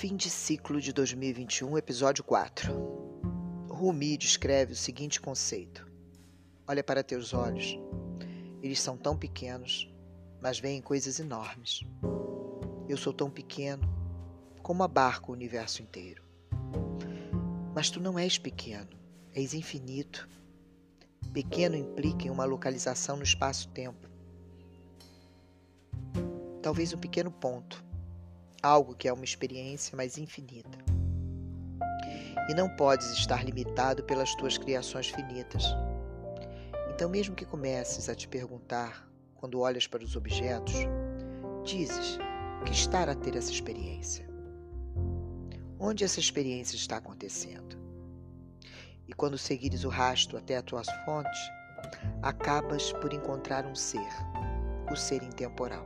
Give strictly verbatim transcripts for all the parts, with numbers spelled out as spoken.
Fim de ciclo de dois mil e vinte e um, episódio quatro. Rumi descreve o seguinte conceito. Olha para teus olhos. Eles são tão pequenos, mas veem coisas enormes. Eu sou tão pequeno, como abarco o universo inteiro. Mas tu não és pequeno, és infinito. Pequeno implica em uma localização no espaço-tempo. Talvez um pequeno ponto. Algo que é uma experiência mais infinita. E não podes estar limitado pelas tuas criações finitas. Então, mesmo que comeces a te perguntar, quando olhas para os objetos, dizes, o que está a ter essa experiência? Onde essa experiência está acontecendo? E quando seguires o rastro até a tua fonte, acabas por encontrar um ser, o ser intemporal.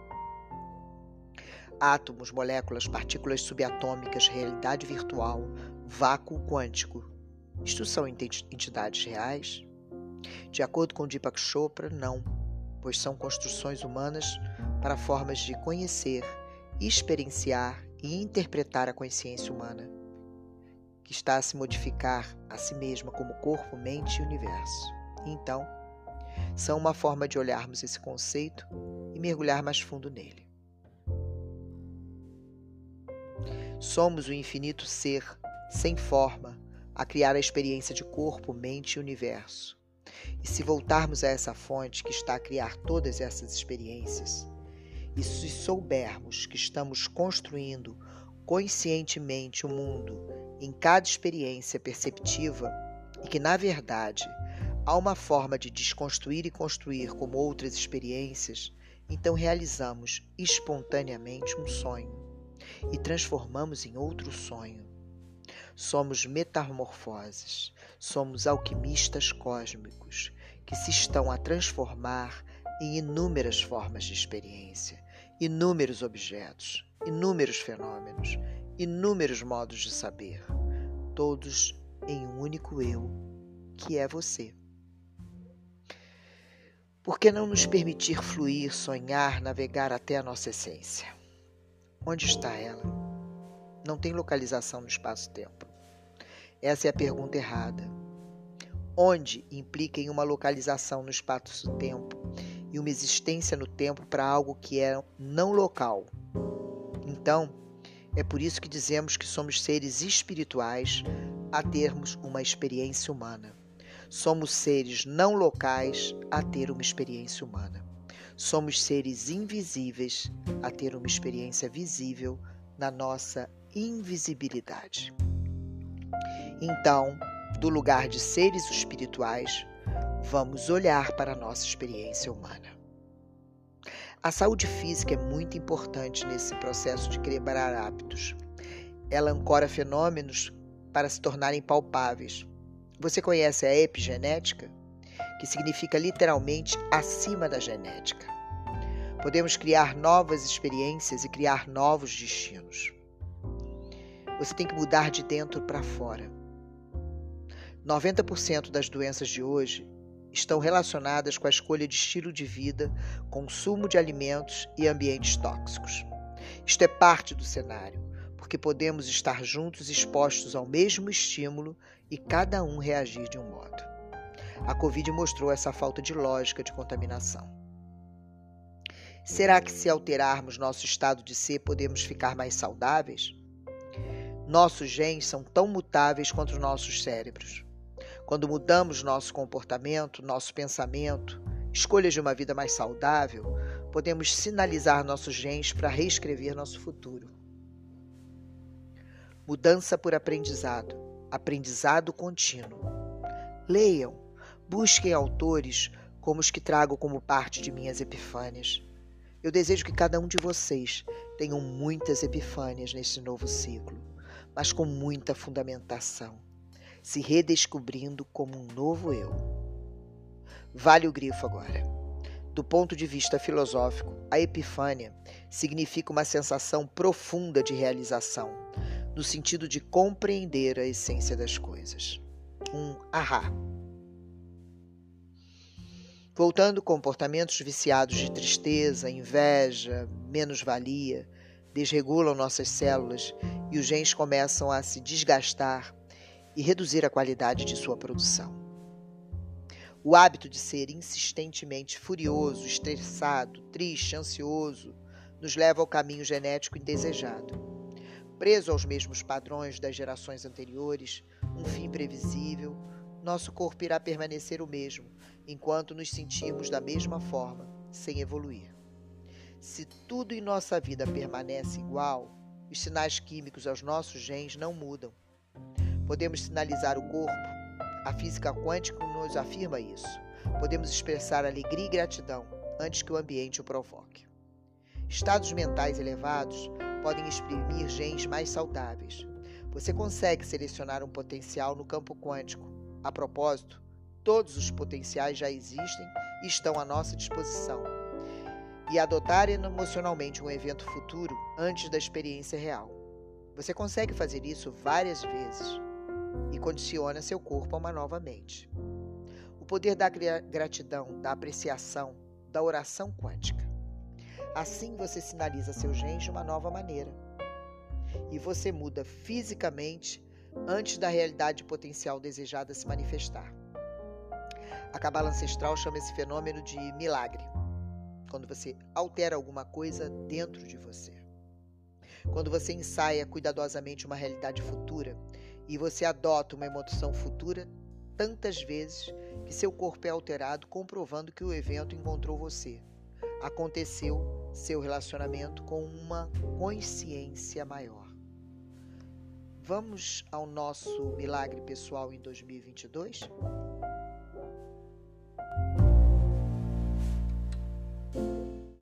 Átomos, moléculas, partículas subatômicas, realidade virtual, vácuo quântico. Isto são entidades reais? De acordo com Deepak Chopra, não, pois são construções humanas para formas de conhecer, experienciar e interpretar a consciência humana, que está a se modificar a si mesma como corpo, mente e universo. E então, são uma forma de olharmos esse conceito e mergulhar mais fundo nele. Somos o infinito ser, sem forma, a criar a experiência de corpo, mente e universo. E se voltarmos a essa fonte que está a criar todas essas experiências, e se soubermos que estamos construindo conscientemente o mundo em cada experiência perceptiva e que, na verdade, há uma forma de desconstruir e construir como outras experiências, então realizamos espontaneamente um sonho e transformamos em outro sonho. Somos metamorfoses, somos alquimistas cósmicos que se estão a transformar em inúmeras formas de experiência, inúmeros objetos, inúmeros fenômenos, inúmeros modos de saber, todos em um único eu, que é você. Por que não nos permitir fluir, sonhar, navegar até a nossa essência? Onde está ela? Não tem localização no espaço-tempo. Essa é a pergunta errada. Onde implica em uma localização no espaço-tempo e uma existência no tempo para algo que é não local. Então, é por isso que dizemos que somos seres espirituais a termos uma experiência humana. Somos seres não locais a ter uma experiência humana. Somos seres invisíveis a ter uma experiência visível na nossa invisibilidade. Então, do lugar de seres espirituais, vamos olhar para a nossa experiência humana. A saúde física é muito importante nesse processo de quebrar hábitos. Ela ancora fenômenos para se tornarem palpáveis. Você conhece a epigenética? Que significa literalmente acima da genética. Podemos criar novas experiências e criar novos destinos. Você tem que mudar de dentro para fora. noventa por cento das doenças de hoje estão relacionadas com a escolha de estilo de vida, consumo de alimentos e ambientes tóxicos. Isto é parte do cenário, porque podemos estar juntos expostos ao mesmo estímulo e cada um reagir de um modo. A Covid mostrou essa falta de lógica de contaminação. Será que se alterarmos nosso estado de ser, podemos ficar mais saudáveis? Nossos genes são tão mutáveis quanto os nossos cérebros. Quando mudamos nosso comportamento, nosso pensamento, escolhas de uma vida mais saudável, podemos sinalizar nossos genes para reescrever nosso futuro. Mudança por aprendizado, aprendizado contínuo. Leiam. Busquem autores como os que trago como parte de minhas epifânias. Eu desejo que cada um de vocês tenham muitas epifânias neste novo ciclo, mas com muita fundamentação, se redescobrindo como um novo eu. Vale o grifo agora. Do ponto de vista filosófico, a epifânia significa uma sensação profunda de realização, no sentido de compreender a essência das coisas. Um ahá. Voltando comportamentos viciados de tristeza, inveja, menos-valia, desregulam nossas células e os genes começam a se desgastar e reduzir a qualidade de sua produção. O hábito de ser insistentemente furioso, estressado, triste, ansioso, nos leva ao caminho genético indesejado. Preso aos mesmos padrões das gerações anteriores, um fim previsível, nosso corpo irá permanecer o mesmo, enquanto nos sentirmos da mesma forma, sem evoluir. Se tudo em nossa vida permanece igual, os sinais químicos aos nossos genes não mudam. Podemos sinalizar o corpo. A física quântica nos afirma isso. Podemos expressar alegria e gratidão antes que o ambiente o provoque. Estados mentais elevados podem exprimir genes mais saudáveis. Você consegue selecionar um potencial no campo quântico. A propósito, todos os potenciais já existem e estão à nossa disposição. E adotar emocionalmente um evento futuro antes da experiência real. Você consegue fazer isso várias vezes e condiciona seu corpo a uma nova mente. O poder da gratidão, da apreciação, da oração quântica. Assim você sinaliza seu genes de uma nova maneira. E você muda fisicamente antes da realidade potencial desejada se manifestar. A Cabala Ancestral chama esse fenômeno de milagre, quando você altera alguma coisa dentro de você. Quando você ensaia cuidadosamente uma realidade futura e você adota uma emoção futura tantas vezes que seu corpo é alterado, comprovando que o evento encontrou você. Aconteceu seu relacionamento com uma consciência maior. Vamos ao nosso milagre pessoal em dois mil e vinte e dois?